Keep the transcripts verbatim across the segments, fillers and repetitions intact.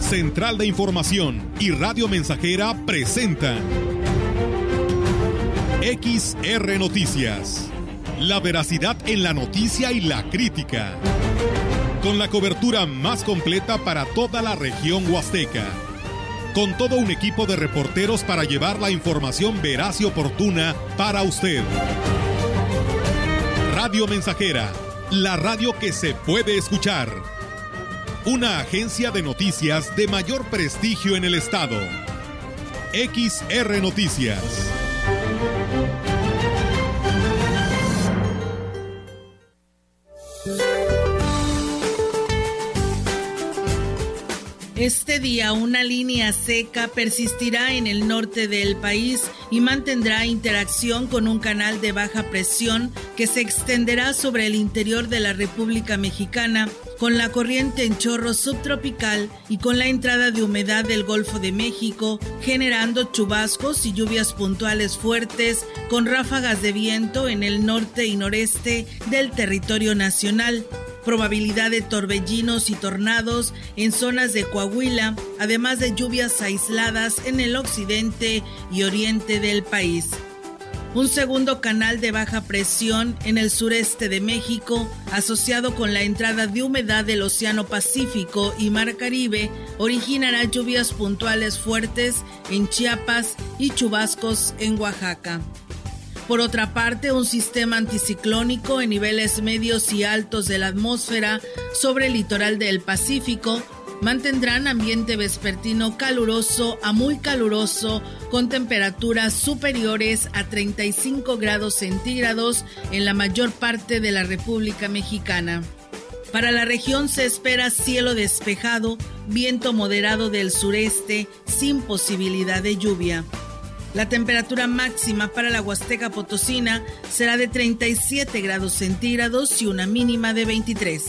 Central de Información y Radio Mensajera presentan X R Noticias. La veracidad en la noticia y la crítica. Con la cobertura más completa para toda la región huasteca. Con todo un equipo de reporteros para llevar la información veraz y oportuna para usted. Radio Mensajera, la radio que se puede escuchar. Una agencia de noticias de mayor prestigio en el estado. X R Noticias. Este día una línea seca persistirá en el norte del país y mantendrá interacción con un canal de baja presión que se extenderá sobre el interior de la República Mexicana, con la corriente en chorro subtropical y con la entrada de humedad del Golfo de México, generando chubascos y lluvias puntuales fuertes con ráfagas de viento en el norte y noreste del territorio nacional. Probabilidad de torbellinos y tornados en zonas de Coahuila, además de lluvias aisladas en el occidente y oriente del país. Un segundo canal de baja presión en el sureste de México, asociado con la entrada de humedad del Océano Pacífico y Mar Caribe, originará lluvias puntuales fuertes en Chiapas y chubascos en Oaxaca. Por otra parte, un sistema anticiclónico en niveles medios y altos de la atmósfera sobre el litoral del Pacífico mantendrán ambiente vespertino caluroso a muy caluroso con temperaturas superiores a treinta y cinco grados centígrados en la mayor parte de la República Mexicana. Para la región se espera cielo despejado, viento moderado del sureste sin posibilidad de lluvia. La temperatura máxima para la Huasteca Potosina será de treinta y siete grados centígrados y una mínima de veintitrés.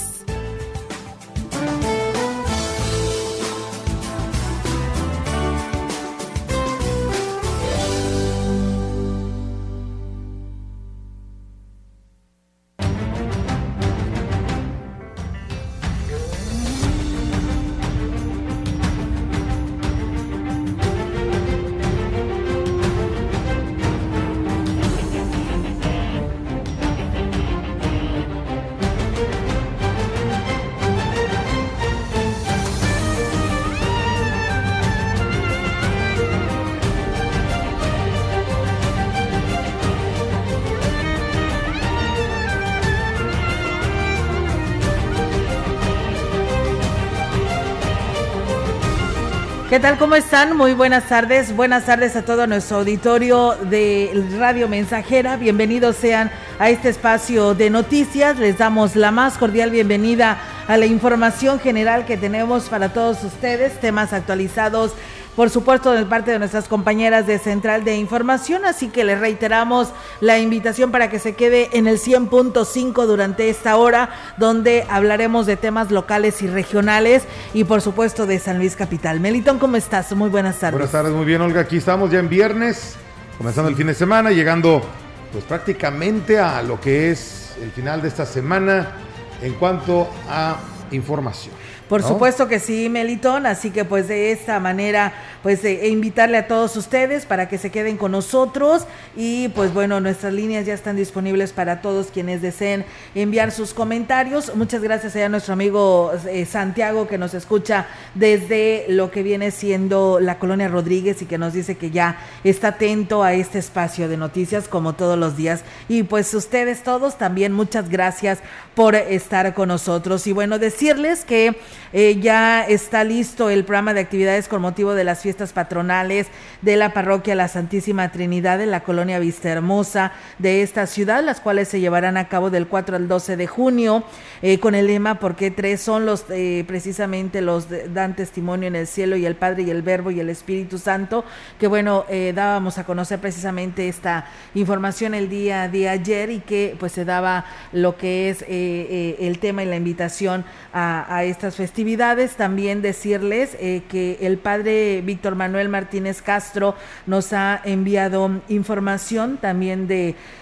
¿Qué tal? ¿Cómo están? Muy buenas tardes. Buenas tardes a todo nuestro auditorio de Radio Mensajera. Bienvenidos sean a este espacio de noticias. Les damos la más cordial bienvenida a la información general que tenemos para todos ustedes, temas actualizados, por supuesto, de parte de nuestras compañeras de Central de Información, así que les reiteramos la invitación para que se quede en el cien punto cinco durante esta hora, donde hablaremos de temas locales y regionales y, por supuesto, de San Luis Capital. Melitón, ¿cómo estás? Muy buenas tardes. Buenas tardes, muy bien, Olga. Aquí estamos ya en viernes, comenzando el fin de semana, llegando pues prácticamente a lo que es el final de esta semana en cuanto a información. Por ¿no? supuesto que sí, Melitón, así que pues de esta manera, pues eh, invitarle a todos ustedes para que se queden con nosotros y pues bueno, nuestras líneas ya están disponibles para todos quienes deseen enviar sus comentarios. Muchas gracias a nuestro amigo eh, Santiago, que nos escucha desde lo que viene siendo la Colonia Rodríguez y que nos dice que ya está atento a este espacio de noticias como todos los días. Y pues ustedes todos también, muchas gracias por estar con nosotros. Y bueno, decirles que Eh, ya está listo el programa de actividades con motivo de las fiestas patronales de la parroquia La Santísima Trinidad en la colonia Vistahermosa de esta ciudad, las cuales se llevarán a cabo del cuatro al doce de junio, eh, con el lema porque tres son los eh, precisamente los de, dan testimonio en el cielo, y el Padre y el Verbo y el Espíritu Santo, que bueno, eh, dábamos a conocer precisamente esta información el día de ayer, y que pues se daba lo que es eh, eh, el tema y la invitación a, a estas festividades. También decirles eh, que el padre Víctor Manuel Martínez Castro nos ha enviado información también de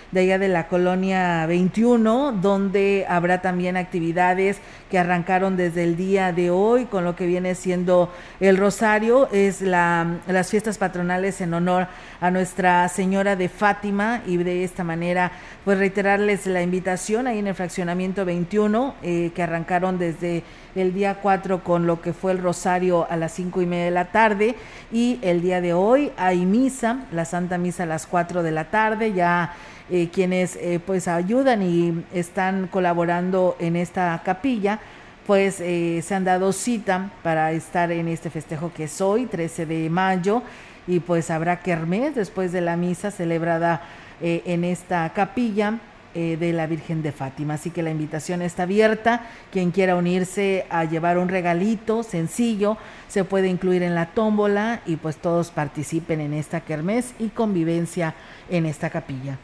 de allá de la colonia veintiuno, donde habrá también actividades que arrancaron desde el día de hoy con lo que viene siendo el Rosario. Es la, las fiestas patronales en honor a Nuestra Señora de Fátima, y de esta manera pues reiterarles la invitación ahí en el fraccionamiento veintiuno, eh, que arrancaron desde el día cuatro con lo que fue el Rosario a las cinco y media de la tarde, y el día de hoy hay misa, la Santa Misa a las cuatro de la tarde. Ya eh, quienes eh, pues ayudan y están colaborando en esta capilla pues eh, se han dado cita para estar en este festejo que es hoy, trece de mayo, y pues habrá kermés después de la misa celebrada eh, en esta capilla eh, de la Virgen de Fátima. Así que la invitación está abierta. Quien quiera unirse a llevar un regalito sencillo se puede incluir en la tómbola, y pues todos participen en esta kermés y convivencia en esta capilla.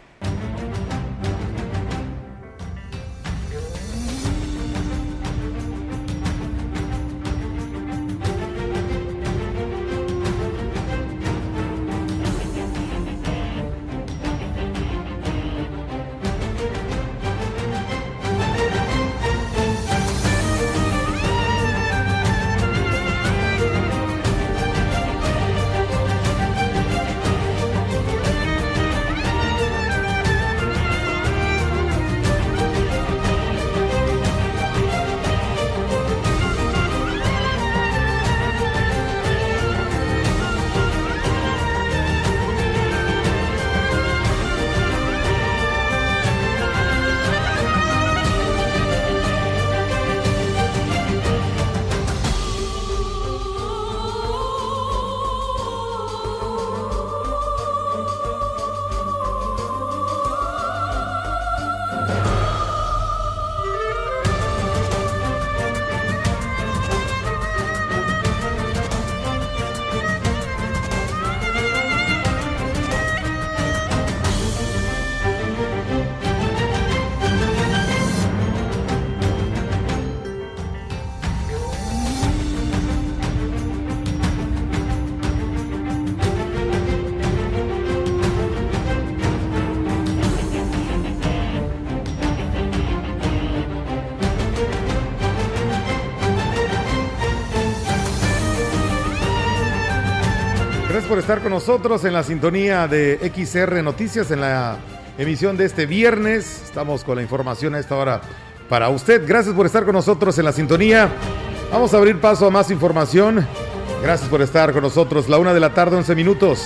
Gracias por estar con nosotros en la sintonía de X R Noticias en la emisión de este viernes. Estamos con la información a esta hora para usted. Gracias por estar con nosotros en la sintonía. Vamos a abrir paso a más información. Gracias por estar con nosotros. La una de la tarde, once minutos.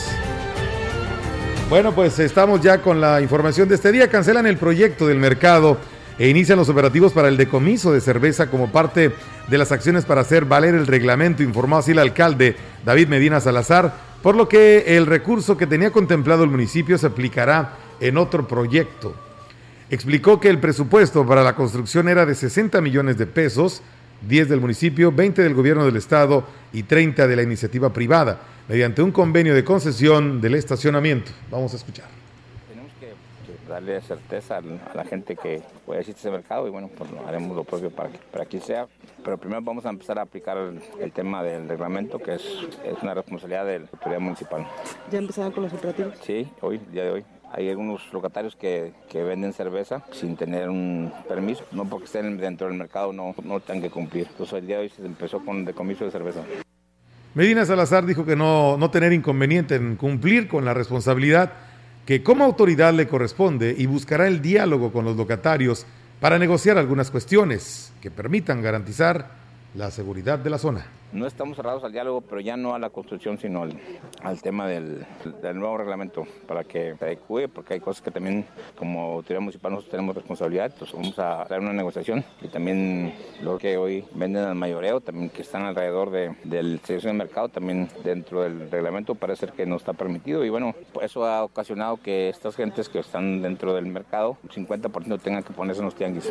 Bueno, pues estamos ya con la información de este día. Cancelan el proyecto del mercado e inician los operativos para el decomiso de cerveza como parte de las acciones para hacer valer el reglamento, informó así el alcalde David Medina Salazar, por lo que el recurso que tenía contemplado el municipio se aplicará en otro proyecto. Explicó que el presupuesto para la construcción era de sesenta millones de pesos, diez del municipio, veinte del gobierno del estado y treinta de la iniciativa privada, mediante un convenio de concesión del estacionamiento. Vamos a escuchar. Tenemos que, que darle certeza a la gente que puede existir ese mercado y bueno, pues haremos lo propio para que para quien sea. Pero primero vamos a empezar a aplicar el, el tema del reglamento, que es, es una responsabilidad de la autoridad municipal. ¿Ya empezaron con los operativos? Sí, hoy, día de hoy. Hay algunos locatarios que, que venden cerveza sin tener un permiso, no porque estén dentro del mercado, no, no tengan que cumplir. Entonces el día de hoy se empezó con el decomiso de cerveza. Medina Salazar dijo que no, no tener inconveniente en cumplir con la responsabilidad que como autoridad le corresponde y buscará el diálogo con los locatarios para negociar algunas cuestiones que permitan garantizar la seguridad de la zona. No estamos cerrados al diálogo, pero ya no a la construcción, sino al, al tema del, del nuevo reglamento, para que se adecue, porque hay cosas que también, como autoridad municipal, nosotros tenemos responsabilidad, entonces vamos a hacer una negociación, y también lo que hoy venden al mayoreo, también que están alrededor de, del servicio de mercado, también dentro del reglamento parece que no está permitido, y bueno, eso ha ocasionado que estas gentes que están dentro del mercado, cincuenta por ciento tengan que ponerse en los tianguis.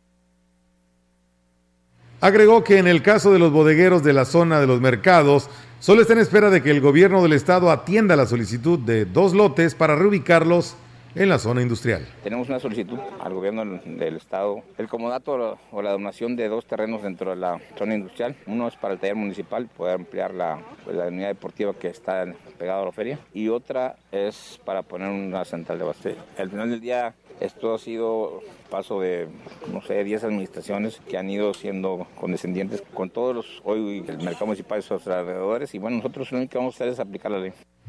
Agregó que en el caso de los bodegueros de la zona de los mercados, solo está en espera de que el gobierno del estado atienda la solicitud de dos lotes para reubicarlos en la zona industrial. Tenemos una solicitud al gobierno del estado, el comodato o la donación de dos terrenos dentro de la zona industrial. Uno es para el taller municipal, poder ampliar la, pues, la unidad deportiva que está pegada a la feria, y otra es para poner una central de abastecimiento. Al final del día, esto ha sido paso de, no sé, diez administraciones que han ido siendo condescendientes con todos los, hoy el mercado municipal y sus alrededores, y bueno, nosotros lo único que vamos a hacer es aplicar la ley.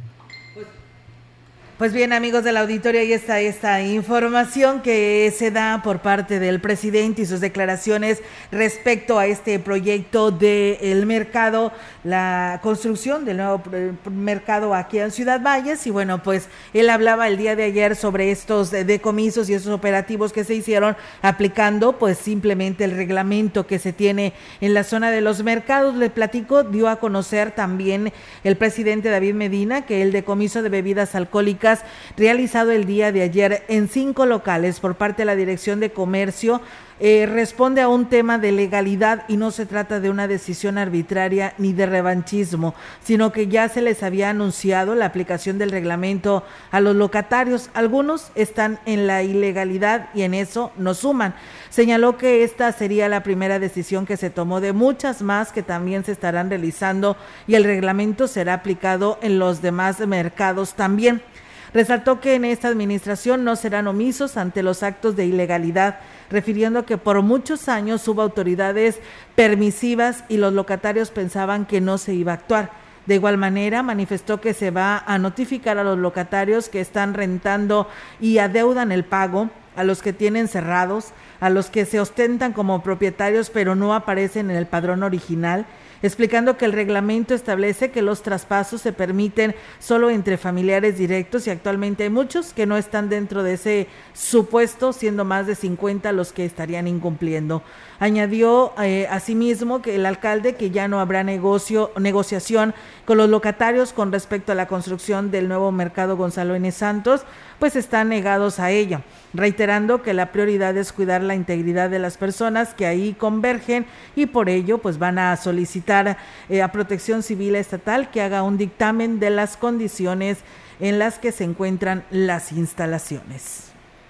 Pues bien, amigos del auditorio, ahí está esta información que se da por parte del presidente y sus declaraciones respecto a este proyecto del mercado, la construcción del nuevo mercado aquí en Ciudad Valles. Y bueno, pues él hablaba el día de ayer sobre estos decomisos y esos operativos que se hicieron aplicando pues simplemente el reglamento que se tiene en la zona de los mercados. Le platico, dio a conocer también el presidente David Medina que el decomiso de bebidas alcohólicas realizado el día de ayer en cinco locales por parte de la Dirección de Comercio eh, responde a un tema de legalidad y no se trata de una decisión arbitraria ni de revanchismo, sino que ya se les había anunciado la aplicación del reglamento a los locatarios. Algunos están en la ilegalidad y en eso nos suman. Señaló que esta sería la primera decisión que se tomó de muchas más que también se estarán realizando y el reglamento será aplicado en los demás mercados también. Resaltó que en esta administración no serán omisos ante los actos de ilegalidad, refiriendo que por muchos años hubo autoridades permisivas y los locatarios pensaban que no se iba a actuar. De igual manera, manifestó que se va a notificar a los locatarios que están rentando y adeudan el pago, a los que tienen cerrados, a los que se ostentan como propietarios pero no aparecen en el padrón original, explicando que el reglamento establece que los traspasos se permiten solo entre familiares directos y actualmente hay muchos que no están dentro de ese supuesto, siendo más de cincuenta los que estarían incumpliendo. Añadió eh, asimismo que el alcalde que ya no habrá negocio, negociación con los locatarios con respecto a la construcción del nuevo mercado Gonzalo N. Santos, pues están negados a ella, reiterando que la prioridad es cuidar la integridad de las personas que ahí convergen y por ello pues van a solicitar eh, a Protección Civil Estatal que haga un dictamen de las condiciones en las que se encuentran las instalaciones.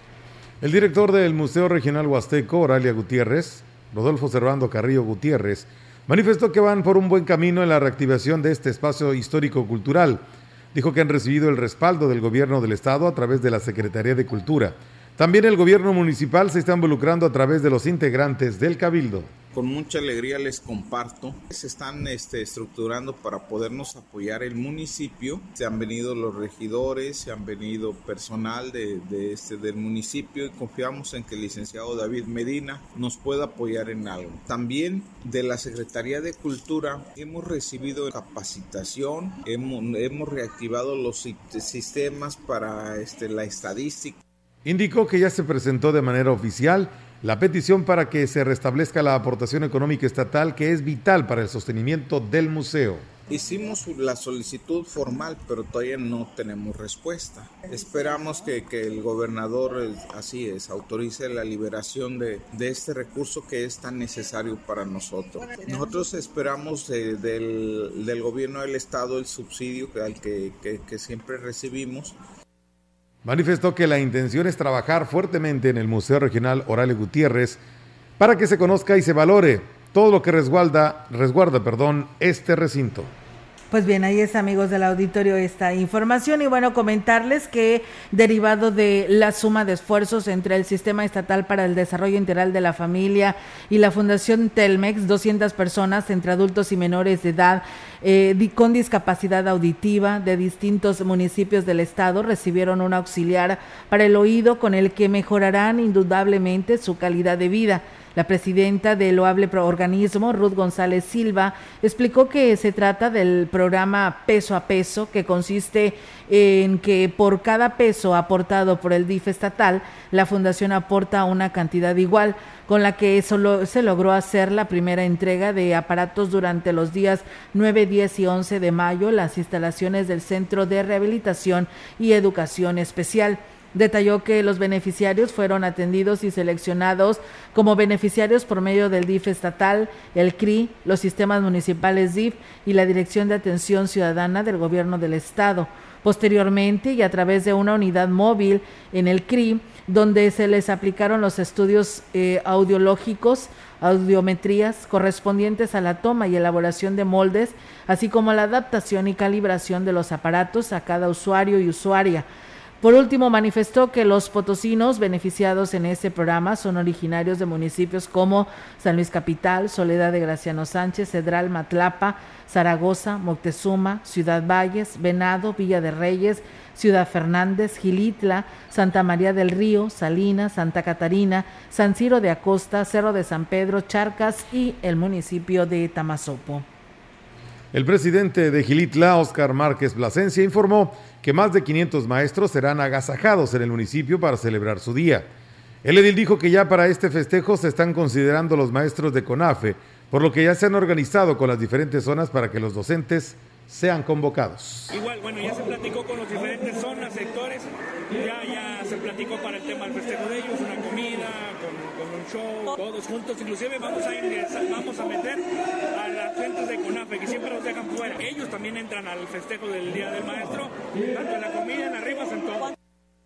El director del Museo Regional Huasteco, Oralia Gutiérrez, Rodolfo Servando Carrillo Gutiérrez, manifestó que van por un buen camino en la reactivación de este espacio histórico-cultural. Dijo que han recibido el respaldo del gobierno del estado a través de la Secretaría de Cultura. También el gobierno municipal se está involucrando a través de los integrantes del Cabildo. Con mucha alegría les comparto, se están este, estructurando para podernos apoyar el municipio. Se han venido los regidores, se han venido personal de, de este, del municipio y confiamos en que el licenciado David Medina nos pueda apoyar en algo. También de la Secretaría de Cultura hemos recibido capacitación, hemos, hemos reactivado los sistemas para este, la estadística. Indicó que ya se presentó de manera oficial la petición para que se restablezca la aportación económica estatal que es vital para el sostenimiento del museo. Hicimos la solicitud formal, pero todavía no tenemos respuesta. Esperamos que, que el gobernador, así es, autorice la liberación de, de este recurso que es tan necesario para nosotros. Nosotros esperamos de, del, del gobierno del estado el subsidio que, al que, que, que siempre recibimos. Manifestó que la intención es trabajar fuertemente en el Museo Regional Oralia Gutiérrez para que se conozca y se valore todo lo que resguarda, resguarda, perdón, este recinto. Pues bien, ahí es, amigos del auditorio, esta información. Y bueno, comentarles que derivado de la suma de esfuerzos entre el Sistema Estatal para el Desarrollo Integral de la Familia y la Fundación Telmex, doscientas personas entre adultos y menores de edad eh, con discapacidad auditiva de distintos municipios del estado recibieron un auxiliar para el oído con el que mejorarán indudablemente su calidad de vida. La presidenta del loable organismo, Ruth González Silva, explicó que se trata del programa Peso a Peso, que consiste en que por cada peso aportado por el D I F estatal, la fundación aporta una cantidad igual, con la que solo se logró hacer la primera entrega de aparatos durante los días nueve, diez y once de mayo, las instalaciones del Centro de Rehabilitación y Educación Especial. Detalló que los beneficiarios fueron atendidos y seleccionados como beneficiarios por medio del D I F estatal, el C R I, los sistemas municipales D I F y la Dirección de Atención Ciudadana del Gobierno del Estado. Posteriormente, y a través de una unidad móvil en el C R I, donde se les aplicaron los estudios eh, audiológicos, audiometrías correspondientes a la toma y elaboración de moldes, así como la adaptación y calibración de los aparatos a cada usuario y usuaria. Por último, manifestó que los potosinos beneficiados en este programa son originarios de municipios como San Luis Capital, Soledad de Graciano Sánchez, Cedral, Matlapa, Zaragoza, Moctezuma, Ciudad Valles, Venado, Villa de Reyes, Ciudad Fernández, Gilitla, Santa María del Río, Salinas, Santa Catarina, San Ciro de Acosta, Cerro de San Pedro, Charcas y el municipio de Tamazopo. El presidente de Gilitla, Óscar Márquez Plasencia, informó que más de quinientos maestros serán agasajados en el municipio para celebrar su día. El edil dijo que ya para este festejo se están considerando los maestros de CONAFE, por lo que ya se han organizado con las diferentes zonas para que los docentes sean convocados. Igual, bueno, ya se platicó con los diferentes zonas, sectores, ya, ya se platicó para el tema del festejo de ellos, una comida, con, con un show, todos juntos, inclusive vamos a ingresar, vamos a meter a las gentes de CONAFE, que siempre los dejan fuera, ellos también entran al festejo del Día del Maestro, tanto en la comida, en arriba, en todo.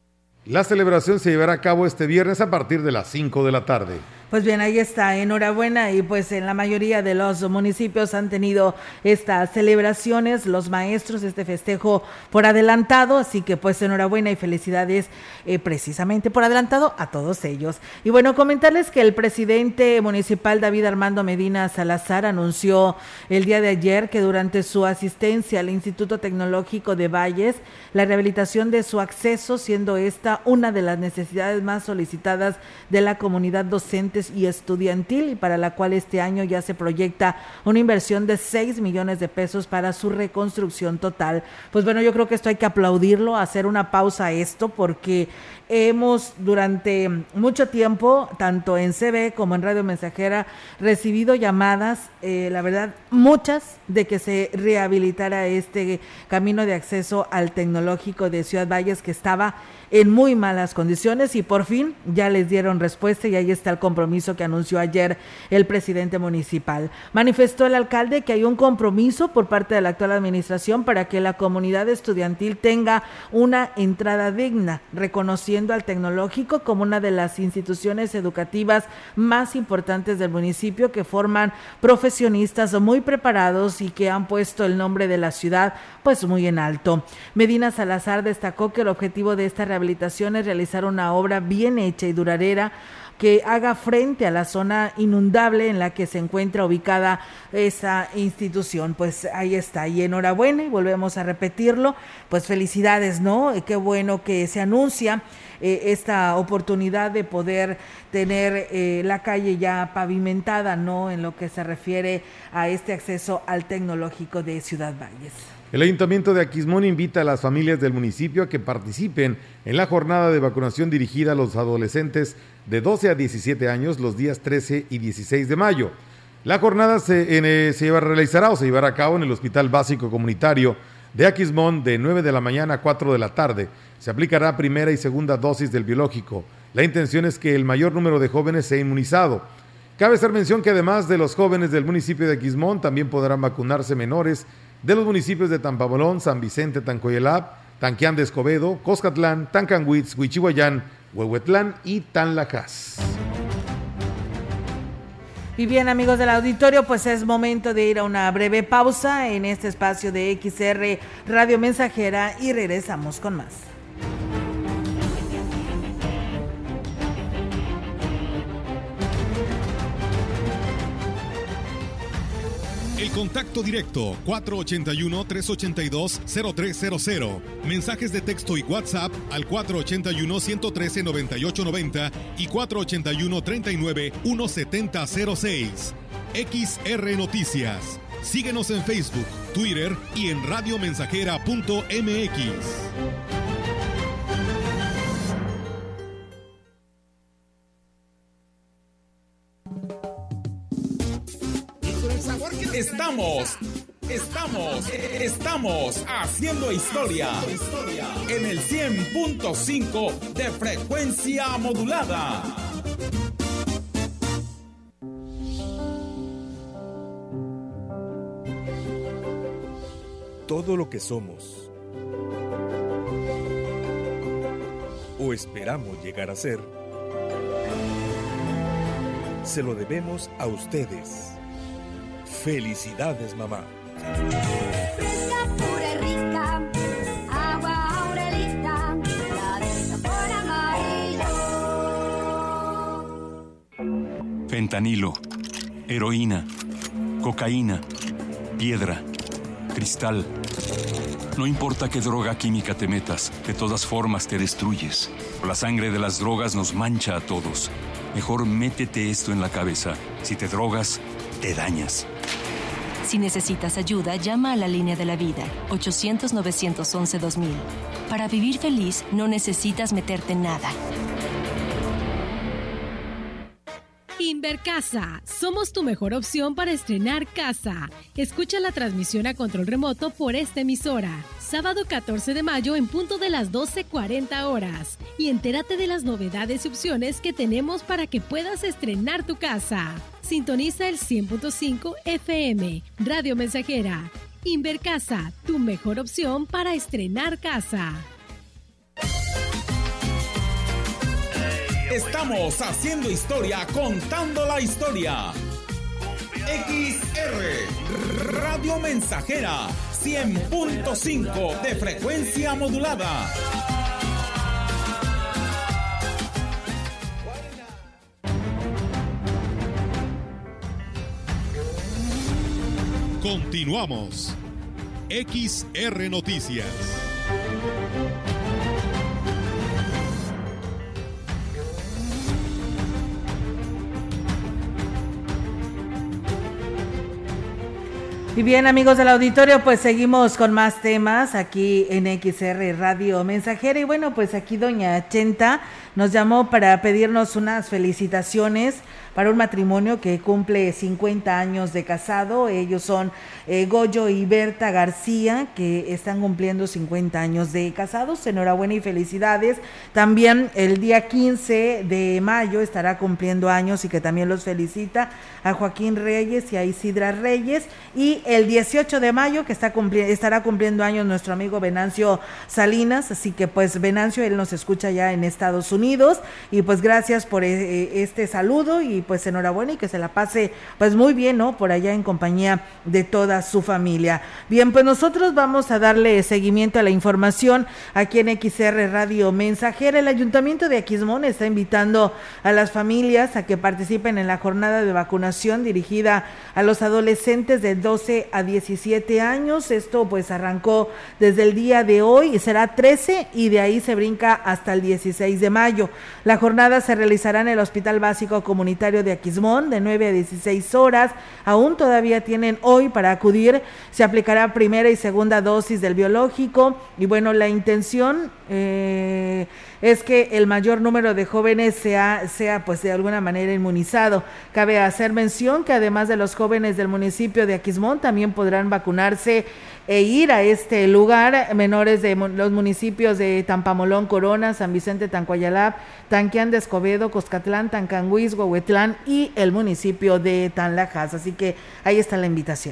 La celebración se llevará a cabo este viernes a partir de las cinco de la tarde. Pues bien, ahí está, enhorabuena, y pues en la mayoría de los municipios han tenido estas celebraciones, los maestros, este festejo por adelantado, así que pues enhorabuena y felicidades eh, precisamente por adelantado a todos ellos. Y bueno, comentarles que el presidente municipal David Armando Medina Salazar anunció el día de ayer que durante su asistencia al Instituto Tecnológico de Valles, la rehabilitación de su acceso, siendo esta una de las necesidades más solicitadas de la comunidad docente y estudiantil, y para la cual este año ya se proyecta una inversión de seis millones de pesos para su reconstrucción total. Pues bueno, yo creo que esto hay que aplaudirlo, hacer una pausa a esto, porque hemos durante mucho tiempo, tanto en C B como en Radio Mensajera, recibido llamadas, eh, la verdad, muchas, de que se rehabilitara este camino de acceso al tecnológico de Ciudad Valles, que estaba en muy malas condiciones, y por fin ya les dieron respuesta, y ahí está el compromiso que anunció ayer el presidente municipal. Manifestó el alcalde que hay un compromiso por parte de la actual administración para que la comunidad estudiantil tenga una entrada digna, reconociendo al tecnológico como una de las instituciones educativas más importantes del municipio, que forman profesionistas muy preparados y que han puesto el nombre de la ciudad pues muy en alto. Medina Salazar destacó que el objetivo de esta rehabilitación es realizar una obra bien hecha y duradera que haga frente a la zona inundable en la que se encuentra ubicada esa institución. Pues ahí está, y enhorabuena, y volvemos a repetirlo, pues felicidades, ¿no? Qué bueno que se anuncia eh, esta oportunidad de poder tener eh, la calle ya pavimentada, ¿no? En lo que se refiere a este acceso al tecnológico de Ciudad Valles. El Ayuntamiento de Aquismón invita a las familias del municipio a que participen en la jornada de vacunación dirigida a los adolescentes de doce a diecisiete años los días trece y dieciséis de mayo. La jornada se, en, eh, se realizará o se llevará a cabo en el Hospital Básico Comunitario de Aquismón de nueve de la mañana a cuatro de la tarde. Se aplicará primera y segunda dosis del biológico. La intención es que el mayor número de jóvenes sea inmunizado. Cabe hacer mención que además de los jóvenes del municipio de Aquismón, también podrán vacunarse menores de los municipios de Tampamolón, San Vicente, Tancoyelab, Tanquián de Escobedo, Coscatlán, Tancanhuitz, Huichihuayán, Huehuetlán y Tanlajas. Y bien, amigos del auditorio, pues es momento de ir a una breve pausa en este espacio de X R Radio Mensajera y regresamos con más. El contacto directo cuatro ocho uno, tres ocho dos, cero tres cero cero. Mensajes de texto y WhatsApp al cuatro ocho uno, uno uno tres, nueve ocho nueve cero y cuatro ocho uno, tres nueve, uno siete cero seis. X R Noticias. Síguenos en Facebook, Twitter y en radiomensajera punto m x. Estamos, estamos, estamos haciendo historia en el cien punto cinco de frecuencia modulada. Todo lo que somos, o esperamos llegar a ser, se lo debemos a ustedes. Felicidades, mamá. Fresca, pura y rica, agua Aurelita, la de sabor amarillo. Fentanilo, heroína, cocaína, piedra, cristal. No importa qué droga química te metas, de todas formas te destruyes. La sangre de las drogas nos mancha a todos. Mejor métete esto en la cabeza. Si te drogas, te dañas. Si necesitas ayuda, llama a la Línea de la Vida, ochocientos, novecientos once, dos mil. Para vivir feliz, no necesitas meterte en nada. Invercasa, somos tu mejor opción para estrenar casa. Escucha la transmisión a control remoto por esta emisora. Sábado catorce de mayo en punto de las doce cuarenta horas. Y entérate de las novedades y opciones que tenemos para que puedas estrenar tu casa. Sintoniza el cien punto cinco F M, Radio Mensajera. Invercasa, tu mejor opción para estrenar casa. Estamos haciendo historia, contando la historia. X R, Radio Mensajera, cien punto cinco de frecuencia modulada. Continuamos. X R Noticias. Y bien, amigos del auditorio, pues seguimos con más temas aquí en X R Radio Mensajera. Y bueno, pues aquí doña Chenta nos llamó para pedirnos unas felicitaciones para un matrimonio que cumple cincuenta años de casado. Ellos son eh, Goyo y Berta García, que están cumpliendo cincuenta años de casados. Enhorabuena y felicidades. También el día quince de mayo estará cumpliendo años y que también los felicita a Joaquín Reyes y a Isidra Reyes. Y el dieciocho de mayo que está cumpli- estará cumpliendo años nuestro amigo Venancio Salinas. Así que pues Venancio, él nos escucha ya en Estados Unidos. Y pues gracias por eh, este saludo y pues enhorabuena y que se la pase pues muy bien, ¿no? Por allá en compañía de toda su familia. Bien, pues nosotros vamos a darle seguimiento a la información aquí en X R Radio Mensajera. El Ayuntamiento de Aquismón está invitando a las familias a que participen en la jornada de vacunación dirigida a los adolescentes de doce a diecisiete años. Esto pues arrancó desde el día de hoy y será trece y de ahí se brinca hasta el dieciséis de mayo. La jornada se realizará en el Hospital Básico Comunitario de Aquismón de nueve a dieciséis horas. Aún todavía tienen hoy para acudir. Se aplicará primera y segunda dosis del biológico y bueno, la intención eh, es que el mayor número de jóvenes sea, sea pues de alguna manera inmunizado. Cabe hacer mención que además de los jóvenes del municipio de Aquismón también podrán vacunarse e ir a este lugar menores de los municipios de Tampamolón, Corona, San Vicente, Tancuayalap, Tanquián de Escobedo, Coscatlán, Tancanguis, Huehuetlán y el municipio de Tanlajas. Así que ahí está la invitación.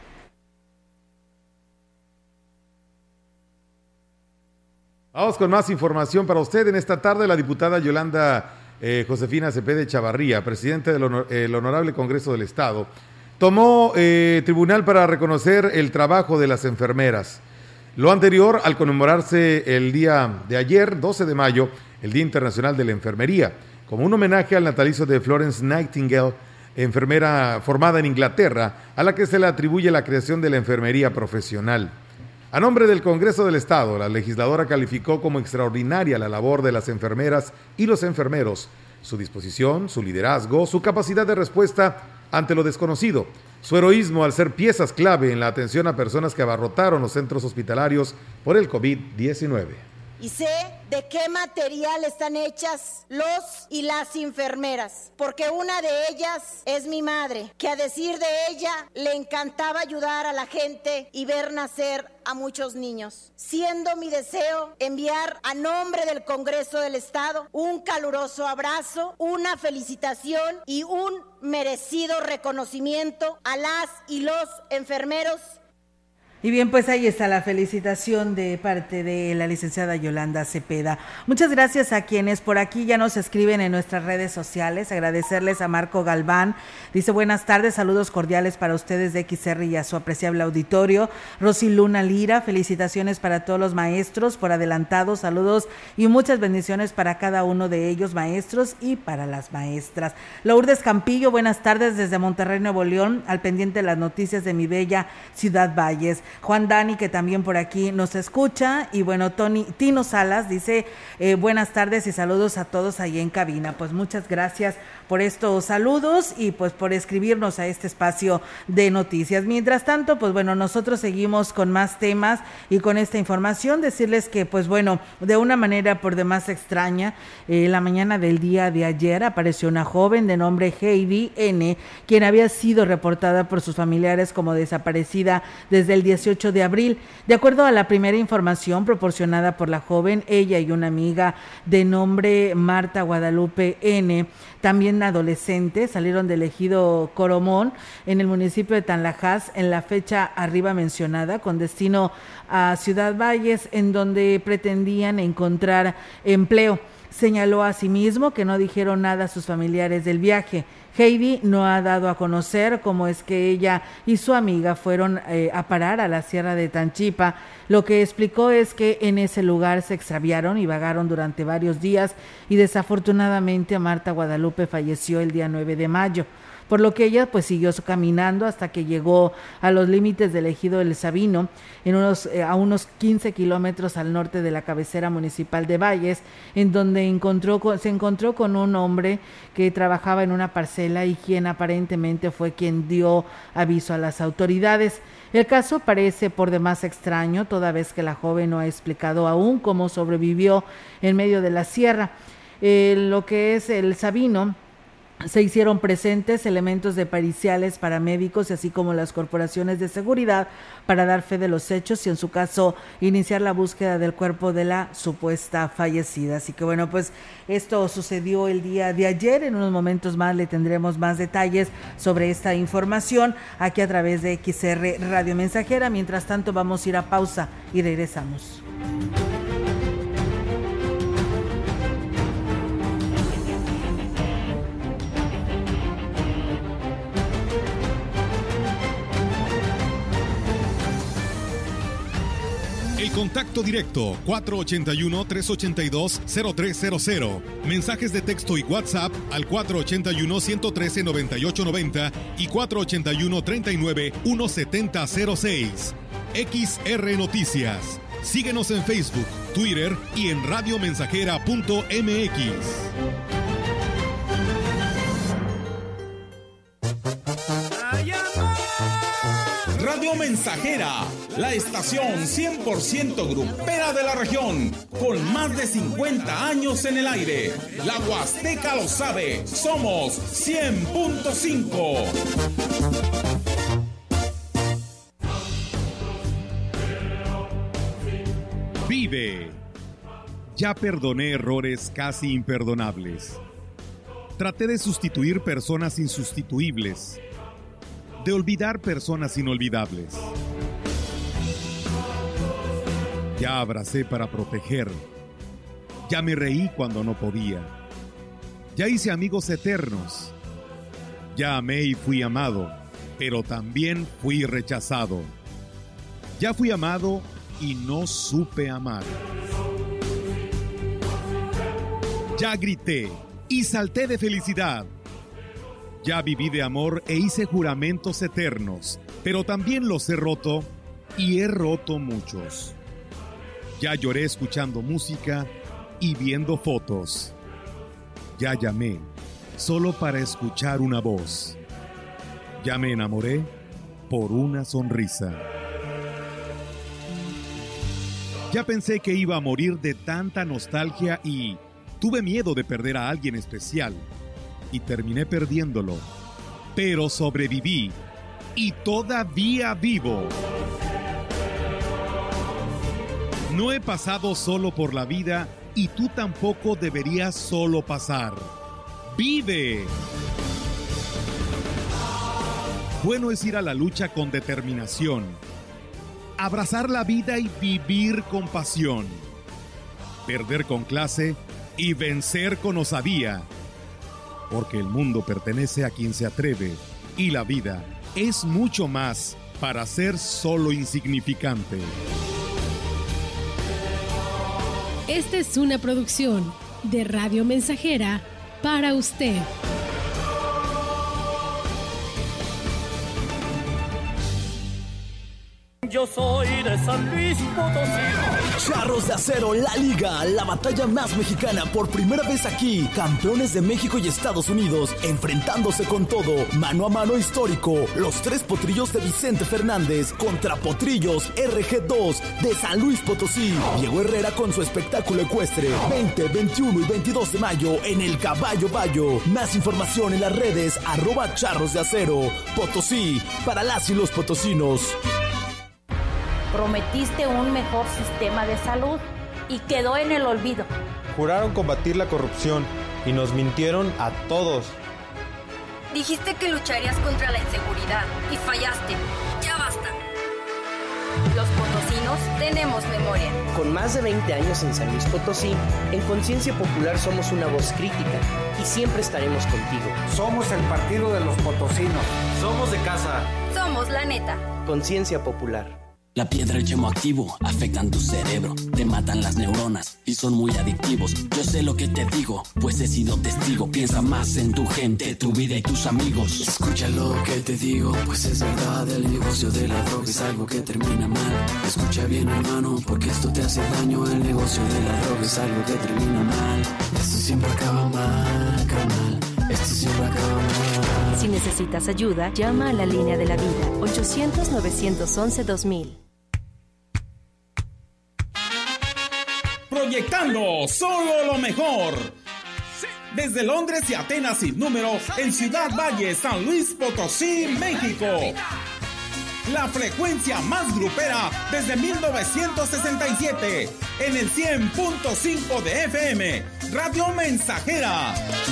Vamos con más información para usted. En esta tarde la diputada Yolanda eh, Josefina Cepeda Chavarría, presidenta del honor, eh, Honorable Congreso del Estado, tomó eh, tribunal para reconocer el trabajo de las enfermeras. Lo anterior al conmemorarse el día de ayer, doce de mayo, el Día Internacional de la Enfermería, como un homenaje al natalicio de Florence Nightingale, enfermera formada en Inglaterra, a la que se le atribuye la creación de la enfermería profesional. A nombre del Congreso del Estado, la legisladora calificó como extraordinaria la labor de las enfermeras y los enfermeros, su disposición, su liderazgo, su capacidad de respuesta ante lo desconocido, su heroísmo al ser piezas clave en la atención a personas que abarrotaron los centros hospitalarios por el COVID diecinueve. Y sé de qué material están hechas los y las enfermeras, porque una de ellas es mi madre, que a decir de ella le encantaba ayudar a la gente y ver nacer a muchos niños, siendo mi deseo enviar a nombre del Congreso del Estado un caluroso abrazo, una felicitación y un merecido reconocimiento a las y los enfermeros. Y bien, pues ahí está la felicitación de parte de la licenciada Yolanda Cepeda. Muchas gracias a quienes por aquí ya nos escriben en nuestras redes sociales. Agradecerles a Marco Galván. Dice, buenas tardes, saludos cordiales para ustedes de X R y a su apreciable auditorio. Rosy Luna Lira, felicitaciones para todos los maestros por adelantado. Saludos y muchas bendiciones para cada uno de ellos, maestros, y para las maestras. Lourdes Campillo, buenas tardes desde Monterrey, Nuevo León, al pendiente de las noticias de mi bella Ciudad Valles. Juan Dani, que también por aquí nos escucha, y bueno, Tony, Tino Salas dice, eh, buenas tardes y saludos a todos ahí en cabina. Pues muchas gracias por estos saludos y pues por escribirnos a este espacio de noticias. Mientras tanto, pues bueno, nosotros seguimos con más temas y con esta información, decirles que pues bueno, de una manera por demás extraña, eh, la mañana del día de ayer apareció una joven de nombre Heidi N., quien había sido reportada por sus familiares como desaparecida desde el dieciocho de abril. De acuerdo a la primera información proporcionada por la joven, ella y una amiga de nombre Marta Guadalupe N., también adolescente, salieron del ejido Coromón en el municipio de Tanlajas en la fecha arriba mencionada, con destino a Ciudad Valles, en donde pretendían encontrar empleo. Señaló asimismo que no dijeron nada a sus familiares del viaje. Heidi no ha dado a conocer cómo es que ella y su amiga fueron eh, a parar a la Sierra de Tanchipa. Lo que explicó es que en ese lugar se extraviaron y vagaron durante varios días y desafortunadamente Marta Guadalupe falleció el día nueve de mayo. Por lo que ella pues siguió caminando hasta que llegó a los límites del ejido El Sabino, en unos, eh, a unos quince kilómetros al norte de la cabecera municipal de Valles, en donde encontró, se encontró con un hombre que trabajaba en una parcela y quien aparentemente fue quien dio aviso a las autoridades. El caso parece por demás extraño, toda vez que la joven no ha explicado aún cómo sobrevivió en medio de la sierra. Eh, lo que es El Sabino, se hicieron presentes elementos de periciales, paramédicos y así como las corporaciones de seguridad para dar fe de los hechos y en su caso iniciar la búsqueda del cuerpo de la supuesta fallecida. Así que bueno, pues esto sucedió el día de ayer. En unos momentos más le tendremos más detalles sobre esta información aquí a través de X R Radio Mensajera. Mientras tanto vamos a ir a pausa y regresamos. El contacto directo cuatro ochenta y uno, trescientos ochenta y dos, cero tres cero cero. Mensajes de texto y WhatsApp al cuatro ochenta y uno, ciento trece, noventa y ocho noventa y cuatro ochenta y uno, treinta y nueve, ciento setenta, cero seis. X R Noticias. Síguenos en Facebook, Twitter y en radiomensajera punto m x. Radio Mensajera, la estación cien por ciento grupera de la región, con más de cincuenta años en el aire. La Huasteca lo sabe, somos cien punto cinco. Vive. Ya perdoné errores casi imperdonables. Traté de sustituir personas insustituibles, de olvidar personas inolvidables. Ya abracé para proteger. Ya me reí cuando no podía. Ya hice amigos eternos. Ya amé y fui amado, pero también fui rechazado. Ya fui amado y no supe amar. Ya grité y salté de felicidad. Ya viví de amor e hice juramentos eternos, pero también los he roto y he roto muchos. Ya lloré escuchando música y viendo fotos. Ya llamé solo para escuchar una voz. Ya me enamoré por una sonrisa. Ya pensé que iba a morir de tanta nostalgia y tuve miedo de perder a alguien especial. Y terminé perdiéndolo, pero sobreviví y todavía vivo. No he pasado solo por la vida y tú tampoco deberías solo pasar. ¡Vive! Bueno es ir a la lucha con determinación. abrazar la vida y vivir con pasión, perder con clase y vencer con osadía, porque el mundo pertenece a quien se atreve y la vida es mucho más para ser solo insignificante. Esta es una producción de Radio Mensajera para usted. Yo soy de San Luis Potosí. Charros de Acero, la liga, la batalla más mexicana por primera vez aquí. Campeones de México y Estados Unidos, enfrentándose con todo, mano a mano histórico. Los tres potrillos de Vicente Fernández contra potrillos R G dos de San Luis Potosí. Diego Herrera con su espectáculo ecuestre. veinte, veintiuno y veintidós de mayo en el Caballo Bayo. Más información en las redes arroba Charros de Acero. Potosí, para las y los potosinos. Prometiste un mejor sistema de salud y quedó en el olvido. Juraron combatir la corrupción y nos mintieron a todos. Dijiste que lucharías contra la inseguridad y fallaste. Ya basta. Los potosinos tenemos memoria. Con más de veinte años en San Luis Potosí, en Conciencia Popular somos una voz crítica y siempre estaremos contigo. Somos el partido de los potosinos. Somos de casa. Somos la neta. Conciencia Popular. La piedra y el yemo activo afectan tu cerebro, te matan las neuronas y son muy adictivos. Yo sé lo que te digo, pues he sido testigo. Piensa más en tu gente, tu vida y tus amigos. Escucha lo que te digo, pues es verdad. El negocio de la droga es algo que termina mal. Escucha bien, hermano, porque esto te hace daño. El negocio de la droga es algo que termina mal. Esto siempre acaba mal, carnal. Esto siempre acaba mal. Si necesitas ayuda, llama a la línea de la vida, ochocientos, novecientos once, dos mil. Proyectando solo lo mejor. Desde Londres y Atenas sin número, en Ciudad Valle, San Luis Potosí, México. La frecuencia más grupera desde mil novecientos sesenta y siete, en el cien punto cinco de F M, Radio Mensajera.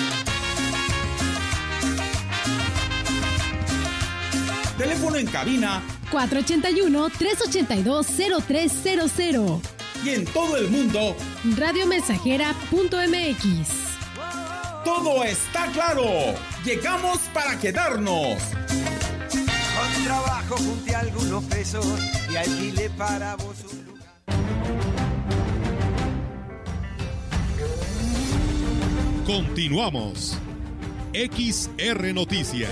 Teléfono en cabina cuatro ochenta y uno, trescientos ochenta y dos, cero tres cero cero. Y en todo el mundo, radiomensajera punto m x. Todo está claro. Llegamos para quedarnos. Con trabajo junté algunos pesos y alquilé para vos un lugar. Continuamos. X R Noticias.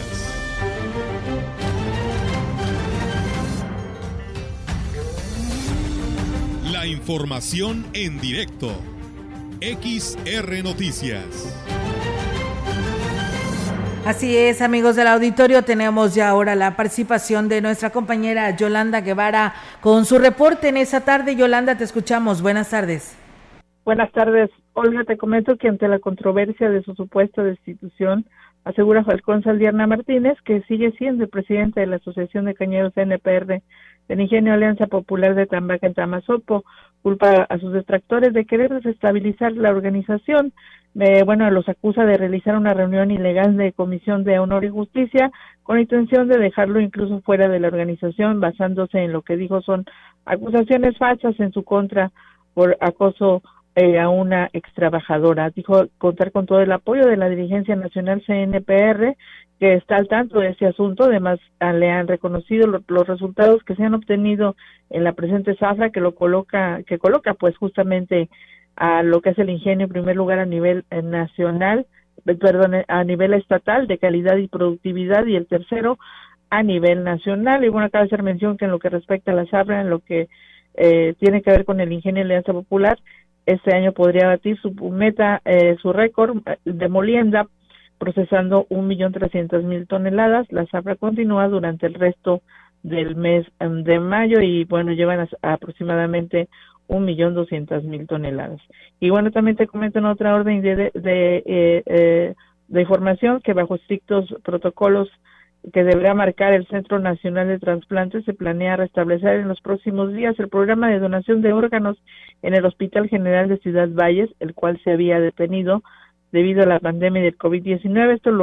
La información en directo. X R Noticias. Así es, amigos del auditorio, tenemos ya ahora la participación de nuestra compañera Yolanda Guevara con su reporte en esa tarde. Yolanda, te escuchamos. Buenas tardes. Buenas tardes. Olga, te comento que ante la controversia de su supuesta destitución, asegura Falcón Saldierna Martínez que sigue siendo el presidente de la Asociación de Cañeros N P R del Ingenio Alianza Popular de Tambaca en Tamazopo. Culpa a sus detractores de querer desestabilizar la organización. Eh, bueno, los acusa de realizar una reunión ilegal de Comisión de Honor y Justicia con intención de dejarlo incluso fuera de la organización, basándose en lo que dijo son acusaciones falsas en su contra por acoso eh, a una extrabajadora. Dijo contar con todo el apoyo de la dirigencia nacional C N P R, que está al tanto de ese asunto. Además, a, le han reconocido lo, los resultados que se han obtenido en la presente zafra, que lo coloca, que coloca pues justamente a lo que es el ingenio en primer lugar a nivel eh, nacional, perdón, a nivel estatal de calidad y productividad, y el tercero a nivel nacional. Y bueno, acaba de hacer mención que en lo que respecta a la zafra, en lo que eh, tiene que ver con el ingenio Alianza Popular, este año podría batir su meta, eh, su récord de molienda, procesando un millón trescientas mil toneladas. La zafra continúa durante el resto del mes de mayo y bueno, llevan a, a aproximadamente un millón doscientas mil toneladas. Y bueno, también te comento en otra orden de, de, de, eh, eh, de información que bajo estrictos protocolos que deberá marcar el Centro Nacional de Trasplantes, se planea restablecer en los próximos días el programa de donación de órganos en el Hospital General de Ciudad Valles, el cual se había detenido debido a la pandemia del COVID diecinueve. Esto lo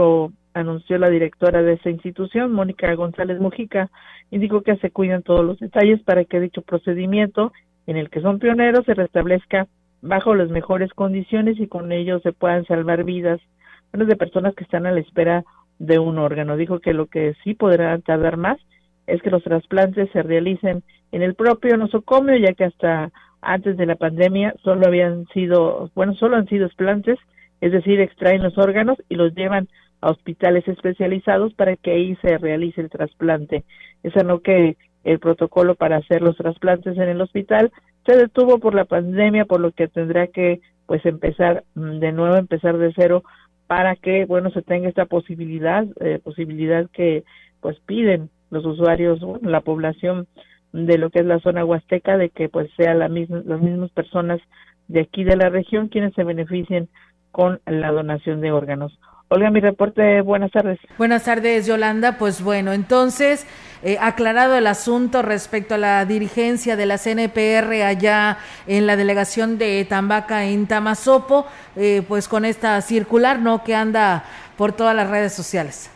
anunció la directora de esa institución, Mónica González Mujica. Indicó que se cuidan todos los detalles para que dicho procedimiento, en el que son pioneros, se restablezca bajo las mejores condiciones y con ello se puedan salvar vidas bueno, de personas que están a la espera de un órgano. Dijo que lo que sí podrá tardar más es que los trasplantes se realicen en el propio nosocomio, ya que hasta antes de la pandemia solo habían sido, bueno, solo han sido trasplantes, es decir, extraen los órganos y los llevan a hospitales especializados para que ahí se realice el trasplante. Esa no que el protocolo para hacer los trasplantes en el hospital se detuvo por la pandemia, por lo que tendrá que pues empezar de nuevo, empezar de cero para que, bueno, se tenga esta posibilidad, eh, posibilidad que pues piden los usuarios, bueno, la población de lo que es la zona huasteca, de que pues sean la misma, las mismas personas de aquí de la región quienes se beneficien con la donación de órganos. Olga, mi reporte, buenas tardes. Buenas tardes, Yolanda. Pues bueno, entonces, eh, aclarado el asunto respecto a la dirigencia de la C N P R allá en la delegación de Tambaca, en Tamazopo, eh, pues con esta circular, ¿no?, que anda por todas las redes sociales.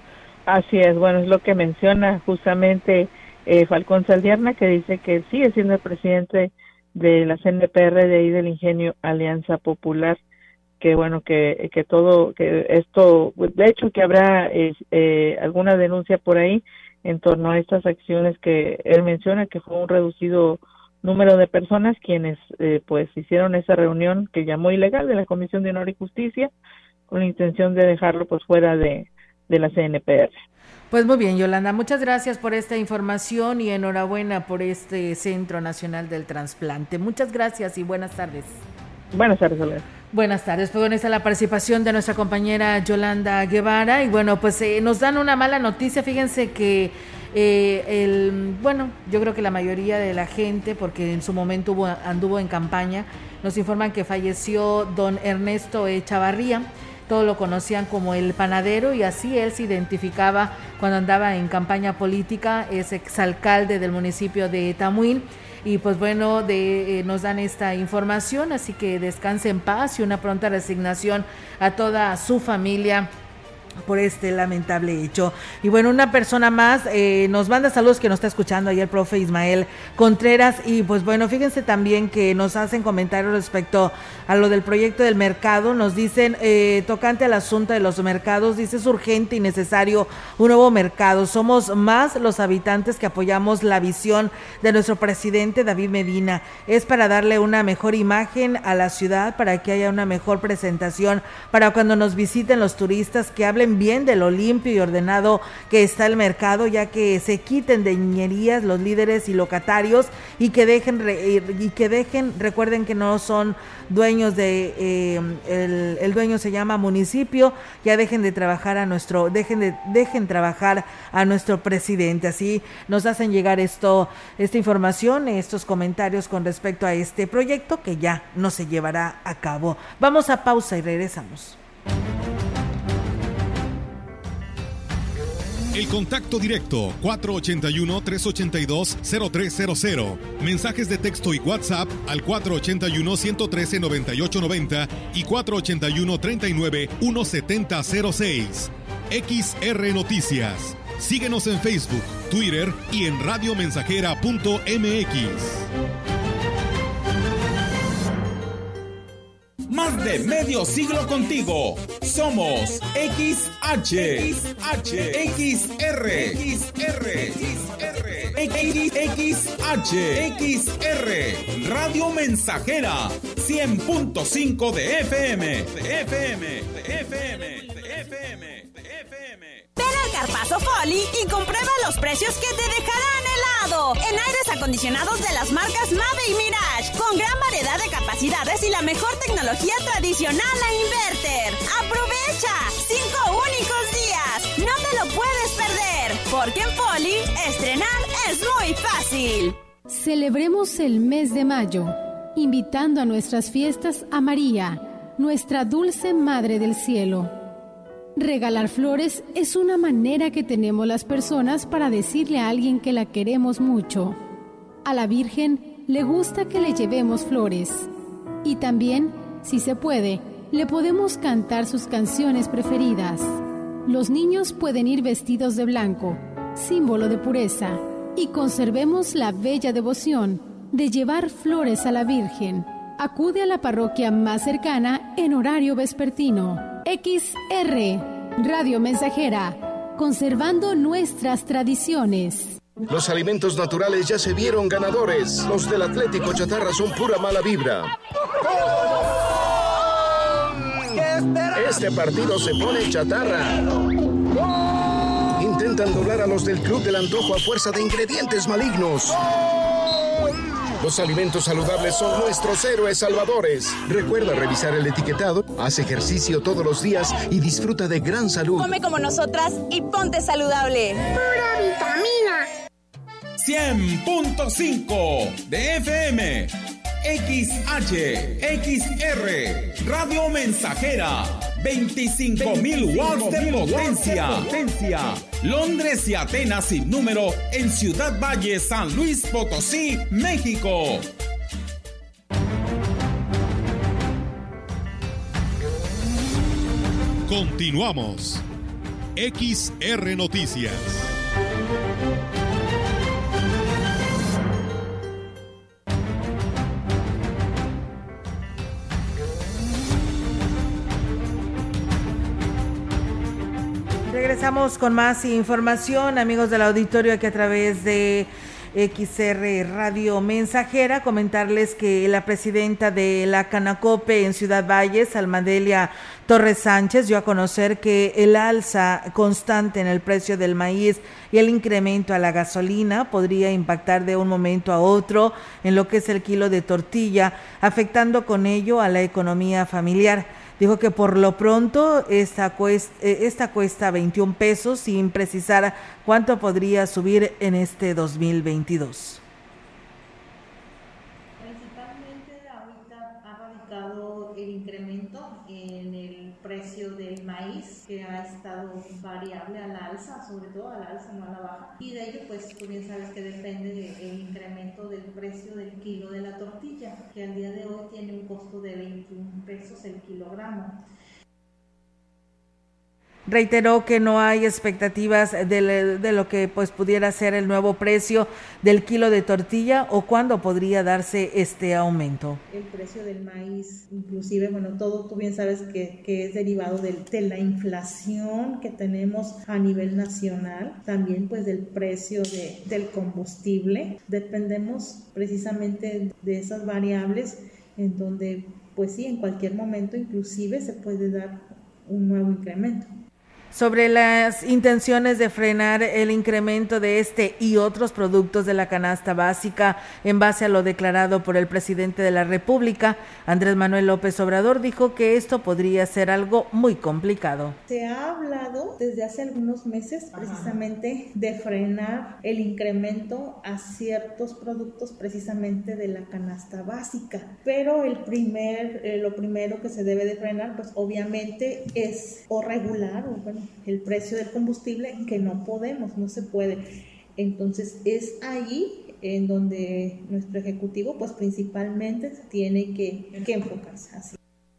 Así es, bueno, es lo que menciona justamente eh, Falcón Saldierna, que dice que sigue siendo el presidente de la C N P R de ahí del Ingenio Alianza Popular, que bueno, que que todo, que esto, de hecho que habrá eh, eh, alguna denuncia por ahí en torno a estas acciones que él menciona, que fue un reducido número de personas quienes eh, pues hicieron esa reunión que llamó ilegal de la Comisión de Honor y Justicia, con la intención de dejarlo pues fuera de, de la C N P R. Pues muy bien, Yolanda, muchas gracias por esta información y enhorabuena por este Centro Nacional del Trasplante. Muchas gracias y buenas tardes. Buenas tardes, Olga. Buenas tardes, pues bueno, esta es la participación de nuestra compañera Yolanda Guevara y bueno, pues eh, nos dan una mala noticia, fíjense que eh, el, bueno, yo creo que la mayoría de la gente, porque en su momento hubo, anduvo en campaña, nos informan que falleció don Ernesto Echavarría, todos lo conocían como el panadero y así él se identificaba cuando andaba en campaña política, es exalcalde del municipio de Tamuín. Y pues bueno, de, eh, nos dan esta información, así que descanse en paz y una pronta resignación a toda su familia por este lamentable hecho. Y bueno, una persona más eh, nos manda saludos, que nos está escuchando ahí el profe Ismael Contreras, y pues bueno, fíjense también que nos hacen comentarios respecto a lo del proyecto del mercado. Nos dicen, eh, tocante al asunto de los mercados, dice: es urgente y necesario un nuevo mercado, somos más los habitantes que apoyamos la visión de nuestro presidente David Medina, es para darle una mejor imagen a la ciudad, para que haya una mejor presentación, para cuando nos visiten los turistas que hablen bien de lo limpio y ordenado que está el mercado, ya que se quiten de ñerías los líderes y locatarios y que dejen re, y que dejen recuerden que no son dueños de eh, el, el dueño se llama municipio, ya dejen de trabajar a nuestro dejen de dejen trabajar a nuestro presidente. Así nos hacen llegar esto esta información, estos comentarios con respecto a este proyecto que ya no se llevará a cabo. Vamos a pausa y regresamos. El contacto directo cuatro ochenta y uno, trescientos ochenta y dos, cero tres cero cero. Mensajes de texto y WhatsApp al cuatro ochenta y uno, ciento trece, noventa y ocho noventa y cuatro ochenta y uno, treinta y nueve, ciento setenta cero seis. X R Noticias. Síguenos en Facebook, Twitter y en radiomensajera punto m x. Más de medio siglo contigo. Somos X H, X H, X R, X R, X R, X, X H, X R, Radio Mensajera, cien punto cinco de F M, de F M, de F M, de F M, de F M. Ven al Carpazo Folly y comprueba los precios que te dejarán helado en aires acondicionados de las marcas Mave y Mirage, con gran variedad de capacidades y la mejor tecnología tradicional a inverter. ¡Aprovecha! ¡Cinco únicos días! ¡No te lo puedes perder! Porque en Folly, estrenar es muy fácil. Celebremos el mes de mayo, invitando a nuestras fiestas a María, nuestra dulce Madre del Cielo. Regalar flores es una manera que tenemos las personas para decirle a alguien que la queremos mucho. A la Virgen le gusta que le llevemos flores. Y también, si se puede, le podemos cantar sus canciones preferidas. Los niños pueden ir vestidos de blanco, símbolo de pureza, y conservemos la bella devoción de llevar flores a la Virgen. Acude a la parroquia más cercana en horario vespertino. X R, Radio Mensajera, conservando nuestras tradiciones. Los alimentos naturales ya se vieron ganadores. Los del Atlético Chatarra son pura mala vibra. Este partido se pone chatarra. Intentan doblar a los del Club del Antojo a fuerza de ingredientes malignos. Los alimentos saludables son nuestros héroes salvadores. Recuerda revisar el etiquetado, haz ejercicio todos los días y disfruta de gran salud. Come como nosotras y ponte saludable. ¡Pura vitamina! cien punto cinco de F M, X H, X R, Radio Mensajera, veinticinco mil watts de potencia. potencia. Londres y Atenas sin número en Ciudad Valle, San Luis Potosí, México. Continuamos. X R Noticias. Regresamos con más información, amigos del auditorio, aquí a través de X R Radio Mensajera. Comentarles que la presidenta de la Canacope en Ciudad Valles, Almadelia Torres Sánchez, dio a conocer que el alza constante en el precio del maíz y el incremento a la gasolina podría impactar de un momento a otro en lo que es el kilo de tortilla, afectando con ello a la economía familiar. Dijo que por lo pronto esta cuesta, esta cuesta veintiún pesos, sin precisar cuánto podría subir en este dos mil veintidós. Principalmente ahorita ha radicado el incremento en el precio del maíz, que ha estado variable a la alza, sobre todo a la alza, no a la baja. Y de ello, pues tú bien sabes que depende del incremento del precio del kilo de la tortilla, que al día de hoy tiene un costo de veintiún pesos el kilogramo. Reiteró que no hay expectativas de, de lo que pues pudiera ser el nuevo precio del kilo de tortilla o cuándo podría darse este aumento. El precio del maíz, inclusive, bueno, todo tú bien sabes que, que es derivado de, de la inflación que tenemos a nivel nacional, también pues del precio de, del combustible. Dependemos precisamente de esas variables en donde pues sí, en cualquier momento inclusive se puede dar un nuevo incremento. Sobre las intenciones de frenar el incremento de este y otros productos de la canasta básica en base a lo declarado por el presidente de la República, Andrés Manuel López Obrador, dijo que esto podría ser algo muy complicado. Se ha hablado desde hace algunos meses precisamente de frenar el incremento a ciertos productos precisamente de la canasta básica, pero el primer, eh, lo primero que se debe de frenar pues obviamente es o regular o bueno, el precio del combustible, que no podemos, no se puede. Entonces es ahí en donde nuestro ejecutivo pues principalmente tiene que, que enfocarse así.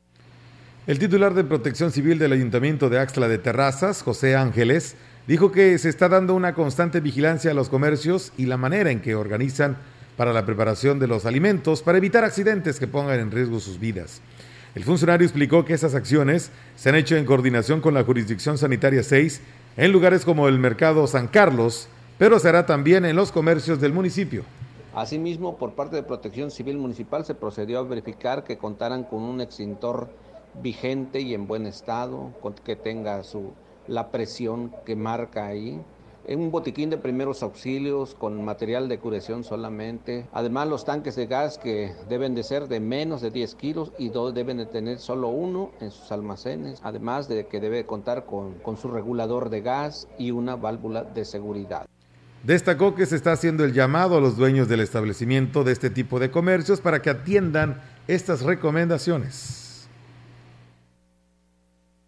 El titular de Protección Civil del Ayuntamiento de Axtla de Terrazas, José Ángeles, dijo que se está dando una constante vigilancia a los comercios y la manera en que organizan para la preparación de los alimentos para evitar accidentes que pongan en riesgo sus vidas. El funcionario explicó que esas acciones se han hecho en coordinación con la Jurisdicción Sanitaria seis en lugares como el Mercado San Carlos, pero se hará también en los comercios del municipio. Asimismo, por parte de Protección Civil Municipal se procedió a verificar que contaran con un extintor vigente y en buen estado, que tenga su, la presión que marca ahí. En un botiquín de primeros auxilios con material de curación solamente. Además, los tanques de gas que deben de ser de menos de diez kilos y dos deben de tener solo uno en sus almacenes. Además de que debe contar con, con su regulador de gas y una válvula de seguridad. Destacó que se está haciendo el llamado a los dueños del establecimiento de este tipo de comercios para que atiendan estas recomendaciones.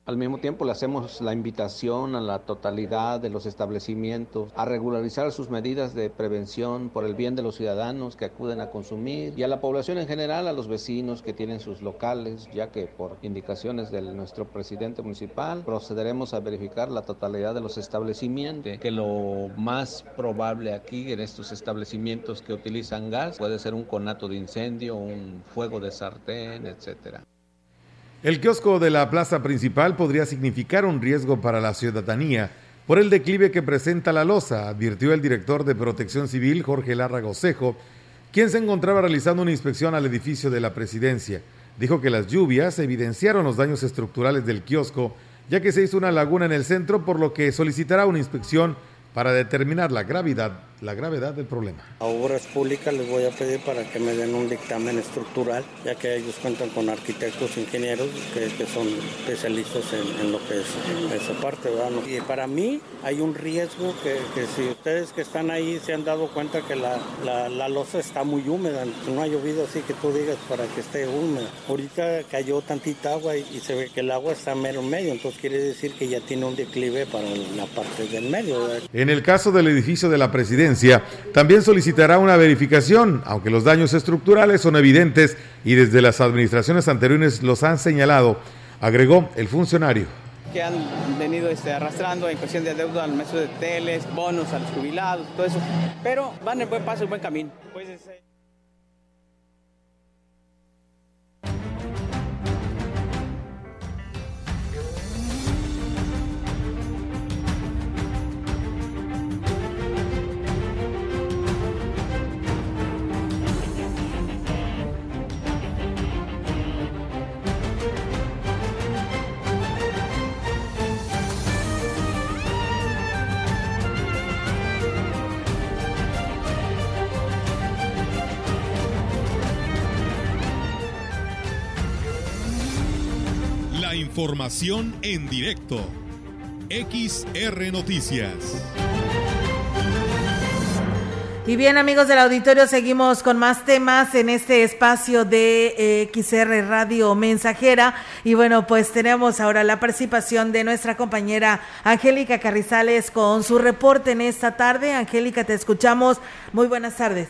Al mismo tiempo le hacemos la invitación a la totalidad de los establecimientos a regularizar sus medidas de prevención por el bien de los ciudadanos que acuden a consumir y a la población en general, a los vecinos que tienen sus locales, ya que por indicaciones de nuestro presidente municipal procederemos a verificar la totalidad de los establecimientos, que lo más probable aquí en estos establecimientos que utilizan gas puede ser un conato de incendio, un fuego de sartén, etcétera. El kiosco de la plaza principal podría significar un riesgo para la ciudadanía por el declive que presenta la losa, advirtió el director de Protección Civil, Jorge Lárraga Osejo, quien se encontraba realizando una inspección al edificio de la Presidencia. Dijo que las lluvias evidenciaron los daños estructurales del kiosco, ya que se hizo una laguna en el centro, por lo que solicitará una inspección para determinar la gravedad, la gravedad del problema. A Obras Públicas les voy a pedir para que me den un dictamen estructural, ya que ellos cuentan con arquitectos, ingenieros que, que son especialistas en, en lo que es esa parte, ¿verdad? Y para mí hay un riesgo que, que si ustedes que están ahí se han dado cuenta que la, la, la losa está muy húmeda, no ha llovido así que tú digas para que esté húmeda. Ahorita cayó tantita agua y, y se ve que el agua está mero en medio, entonces quiere decir que ya tiene un declive para la parte del medio, ¿verdad? En el caso del edificio de la Presidencia, también solicitará una verificación, aunque los daños estructurales son evidentes y desde las administraciones anteriores los han señalado, agregó el funcionario. Que han venido este, arrastrando en cuestión de deuda al maestro de teles, bonos a los jubilados, todo eso, pero van en buen paso, en buen camino. Pues, este... Información en directo. X R Noticias. Y bien, amigos del auditorio, seguimos con más temas en este espacio de eh, X R Radio Mensajera. Y bueno, pues tenemos ahora la participación de nuestra compañera Angélica Carrizales con su reporte en esta tarde. Angélica, te escuchamos. Muy buenas tardes.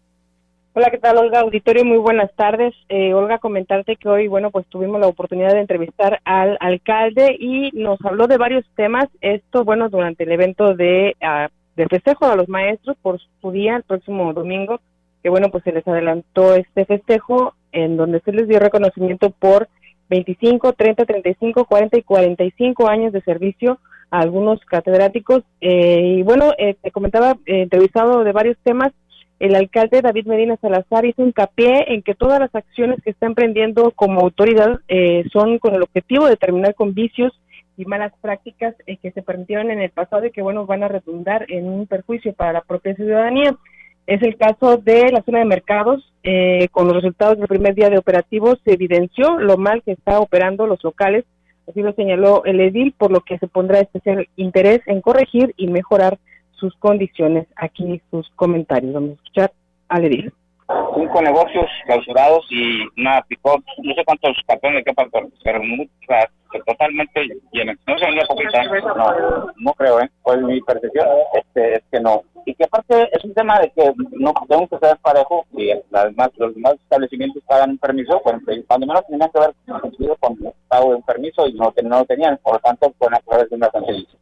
Hola, ¿qué tal, Olga? Auditorio, muy buenas tardes. Eh, Olga, comentarte que hoy, bueno, pues tuvimos la oportunidad de entrevistar al alcalde y nos habló de varios temas. Esto, bueno, durante el evento de, uh, de festejo a los maestros por su día, el próximo domingo, que bueno, pues se les adelantó este festejo en donde se les dio reconocimiento por veinticinco, treinta, treinta y cinco, cuarenta y cuarenta y cinco años de servicio a algunos catedráticos. Eh, y bueno, eh, te comentaba, eh, entrevistado de varios temas. El alcalde David Medina Salazar hizo hincapié en que todas las acciones que está emprendiendo como autoridad eh, son con el objetivo de terminar con vicios y malas prácticas eh, que se permitieron en el pasado y que, bueno, van a redundar en un perjuicio para la propia ciudadanía. Es el caso de la zona de mercados. Eh, con los resultados del primer día de operativos se evidenció lo mal que está operando los locales, así lo señaló el edil, por lo que se pondrá especial interés en corregir y mejorar sus condiciones. Aquí sus comentarios. Vamos a escuchar al edil. Cinco negocios clausurados y una pick-up, no sé cuántos cartones de quepan, pero muy, o sea, totalmente llenos. No se venía poquita, no, no creo, ¿eh? Pues mi percepción este, es que no. Y que aparte es un tema de que no tengo que ser parejo y además los demás establecimientos pagan un permiso, cuando menos tenían que haber cumplido con el pago de un permiso y no, no lo tenían, por lo tanto, con a través de una cancelación.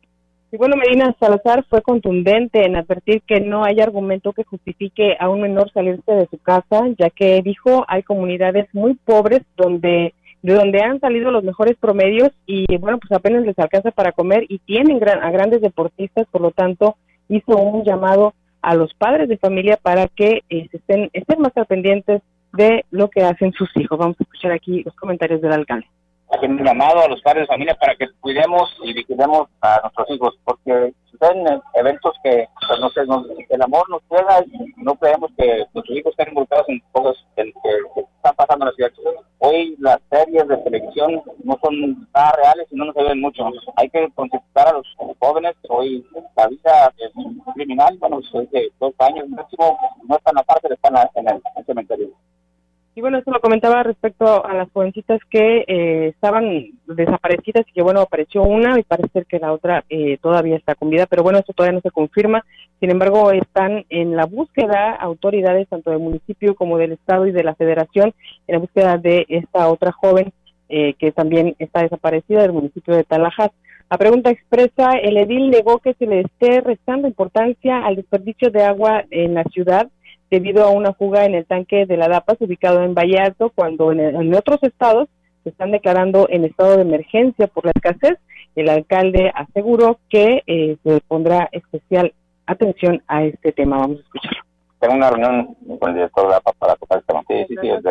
Y bueno, Medina Salazar fue contundente en advertir que no hay argumento que justifique a un menor salirse de su casa, ya que dijo hay comunidades muy pobres donde de donde han salido los mejores promedios y bueno, pues apenas les alcanza para comer y tienen gran, a grandes deportistas, por lo tanto hizo un llamado a los padres de familia para que eh, estén, estén más al pendientes de lo que hacen sus hijos. Vamos a escuchar aquí los comentarios del alcalde. Hacer un llamado a los padres de familia para que cuidemos y vigilemos a nuestros hijos, porque suceden eventos que pues, no sé, nos, el amor nos queda y no creemos que nuestros hijos estén involucrados en cosas que, que, que están pasando en la ciudad. Hoy las series de televisión no son nada reales y no nos ayudan mucho. Hay que concientizar a los jóvenes que hoy la vida es criminal, bueno, pues, de dos años máximo, no están aparte, están en el, en el cementerio. Y bueno, eso lo comentaba respecto a las jovencitas que eh, estaban desaparecidas y que, bueno, apareció una y parece ser que la otra eh, todavía está con vida, pero bueno, eso todavía no se confirma. Sin embargo, están en la búsqueda autoridades tanto del municipio como del estado y de la federación en la búsqueda de esta otra joven eh, que también está desaparecida del municipio de Talajás. A pregunta expresa, el edil negó que se le esté restando importancia al desperdicio de agua en la ciudad debido a una fuga en el tanque de la DAPAS ubicado en Valle Alto, cuando en, en otros estados se están declarando en estado de emergencia por la escasez. El alcalde aseguró que eh, se pondrá especial atención a este tema. Vamos a escucharlo. Tengo una reunión con el director de la DAPAS para tocar este tema. Sí, sí, sí. El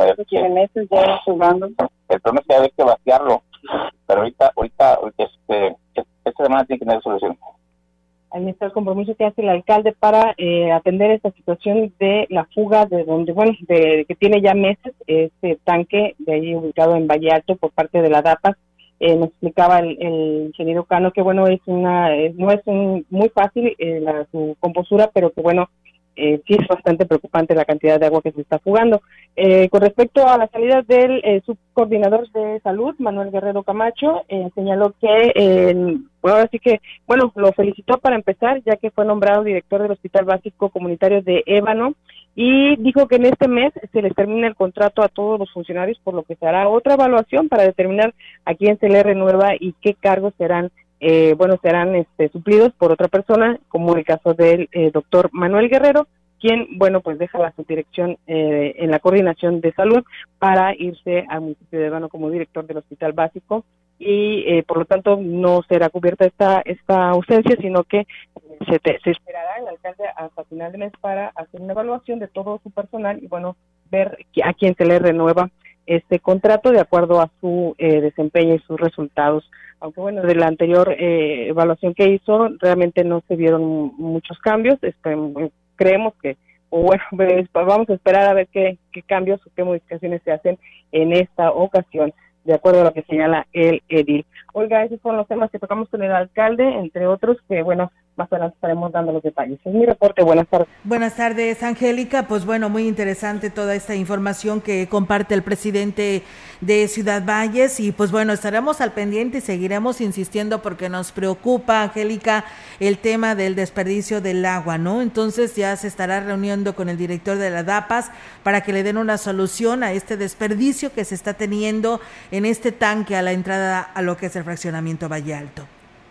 problema es que hay que vaciarlo, pero ahorita, ahorita, ahorita este, esta semana tiene que tener solución. Ahí está el compromiso que hace el alcalde para eh, atender esta situación de la fuga de donde, bueno, de que tiene ya meses este tanque de ahí ubicado en Valle Alto por parte de la DAPAS. Eh, nos explicaba el, el ingeniero Cano que, bueno, es una eh, no es un, muy fácil eh, la, su compostura, pero que, bueno, eh, sí es bastante preocupante la cantidad de agua que se está fugando. Eh, con respecto a la salida del eh, subcoordinador de salud, Manuel Guerrero Camacho, eh, señaló que, eh, bueno, así que, bueno, lo felicitó para empezar, ya que fue nombrado director del Hospital Básico Comunitario de Ébano, y dijo que en este mes se les termina el contrato a todos los funcionarios, por lo que se hará otra evaluación para determinar a quién se le renueva y qué cargos serán Eh, bueno, serán este, suplidos por otra persona, como el caso del eh, doctor Manuel Guerrero, quien, bueno, pues deja la subdirección eh, en la coordinación de salud para irse al municipio de Ébano como director del hospital básico y, eh, por lo tanto, no será cubierta esta esta ausencia, sino que se, te, se esperará el alcalde hasta final de mes para hacer una evaluación de todo su personal y, bueno, ver a quién se le renueva este contrato de acuerdo a su eh, desempeño y sus resultados. Aunque, bueno, de la anterior eh, evaluación que hizo, realmente no se vieron muchos cambios. Este, creemos que, o bueno, vamos a esperar a ver qué, qué cambios o qué modificaciones se hacen en esta ocasión, de acuerdo a lo que señala el edil. Olga, esos son los temas que tocamos con el alcalde, entre otros, que, bueno, más adelante estaremos dando los detalles. Es mi reporte, buenas tardes. Buenas tardes, Angélica. Pues bueno, muy interesante toda esta información que comparte el presidente de Ciudad Valles y pues bueno, estaremos al pendiente y seguiremos insistiendo porque nos preocupa, Angélica, el tema del desperdicio del agua, ¿no? Entonces ya se estará reuniendo con el director de la DAPAS para que le den una solución a este desperdicio que se está teniendo en este tanque a la entrada a lo que es el fraccionamiento Valle Alto.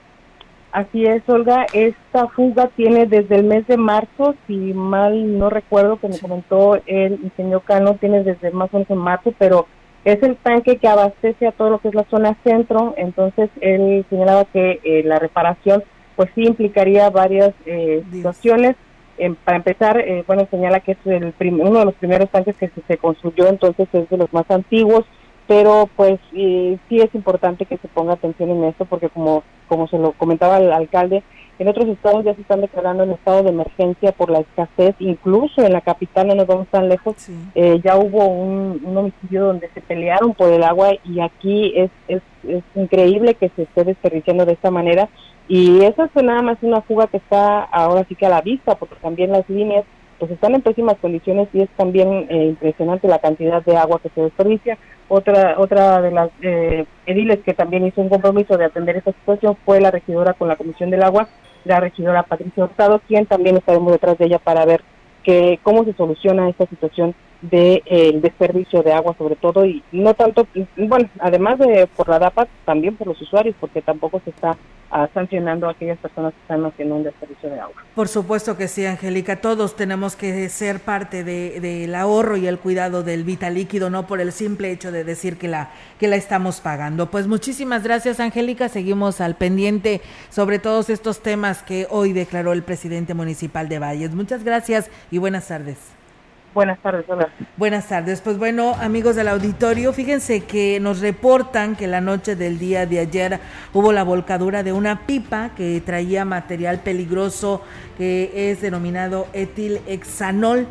Así es, Olga, esta fuga tiene desde el mes de marzo, si mal no recuerdo, que me comentó el ingeniero Cano, tiene desde más o menos en marzo, pero es el tanque que abastece a todo lo que es la zona centro, entonces él señalaba que eh, la reparación pues sí implicaría varias eh, situaciones. Eh, para empezar, eh, bueno, señala que es el prim- uno de los primeros tanques que se, se construyó, entonces es de los más antiguos, pero pues eh, sí es importante que se ponga atención en esto porque como como se lo comentaba el alcalde, en otros estados ya se están declarando en estado de emergencia por la escasez, incluso en la capital, no nos vamos tan lejos, sí. eh, ya hubo un, un homicidio donde se pelearon por el agua y aquí es, es, es increíble que se esté desperdiciando de esta manera y eso es nada más una fuga que está ahora sí que a la vista porque también las líneas pues están en pésimas condiciones y es también eh, impresionante la cantidad de agua que se desperdicia. Otra otra de las eh, ediles que también hizo un compromiso de atender esta situación fue la regidora con la Comisión del Agua, la regidora Patricia Hurtado, quien también estaremos detrás de ella para ver que cómo se soluciona esta situación de eh, el desperdicio de agua sobre todo y no tanto, bueno, además de por la DAPA, también por los usuarios, porque tampoco se está uh, sancionando a aquellas personas que están haciendo un desperdicio de agua. Por supuesto que sí, Angélica, todos tenemos que ser parte de del ahorro y el cuidado del vital líquido, no por el simple hecho de decir que la que la estamos pagando. Pues muchísimas gracias, Angélica, seguimos al pendiente sobre todos estos temas que hoy declaró el presidente municipal de Valles. Muchas gracias y buenas tardes. Buenas tardes, hola. Buenas tardes. Pues bueno, amigos del auditorio, fíjense que nos reportan que la noche del día de ayer hubo la volcadura de una pipa que traía material peligroso que es denominado etilhexanol.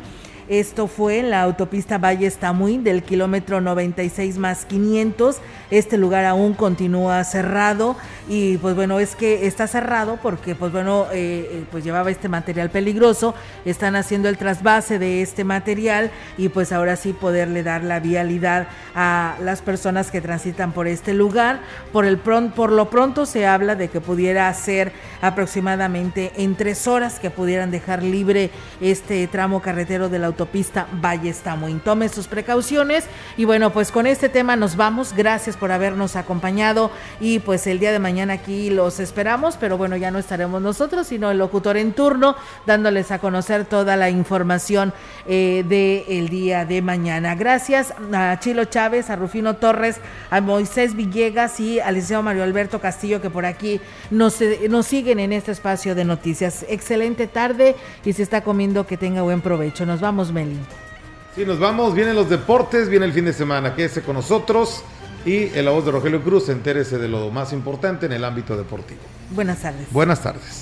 Esto fue en la autopista Valles Tamuín del kilómetro noventa y seis más quinientos. Este lugar aún continúa cerrado y pues bueno, es que está cerrado porque pues bueno, eh, pues llevaba este material peligroso. Están haciendo el trasvase de este material y pues ahora sí poderle dar la vialidad a las personas que transitan por este lugar. Por el pron- por lo pronto se habla de que pudiera ser aproximadamente en tres horas que pudieran dejar libre este tramo carretero de la autopista Valles Tamuín. Tome sus precauciones y bueno, pues con este tema nos vamos. Gracias por habernos acompañado y pues el día de mañana aquí los esperamos, pero bueno, ya no estaremos nosotros, sino el locutor en turno, dándoles a conocer toda la información eh, del día de mañana. Gracias a Chilo Chávez, a Rufino Torres, a Moisés Villegas y al licenciado Mario Alberto Castillo, que por aquí nos, nos siguen en este espacio de noticias. Excelente tarde y si está comiendo, que tenga buen provecho. Nos vamos, Meli. Sí, nos vamos, vienen los deportes, viene el fin de semana, quédese con nosotros y en la voz de Rogelio Cruz, entérese de lo más importante en el ámbito deportivo. Buenas tardes. Buenas tardes.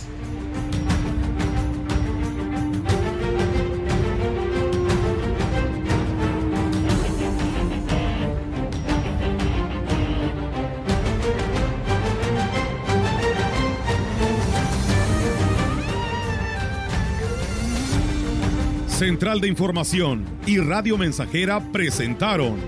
Central de Información y Radio Mensajera presentaron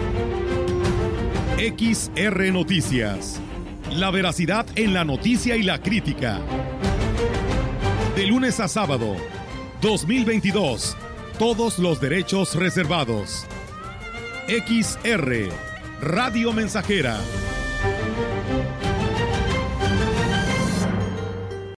X R Noticias. La veracidad en la noticia y la crítica. De lunes a sábado, dos mil veintidós. Todos los derechos reservados. X R, Radio Mensajera.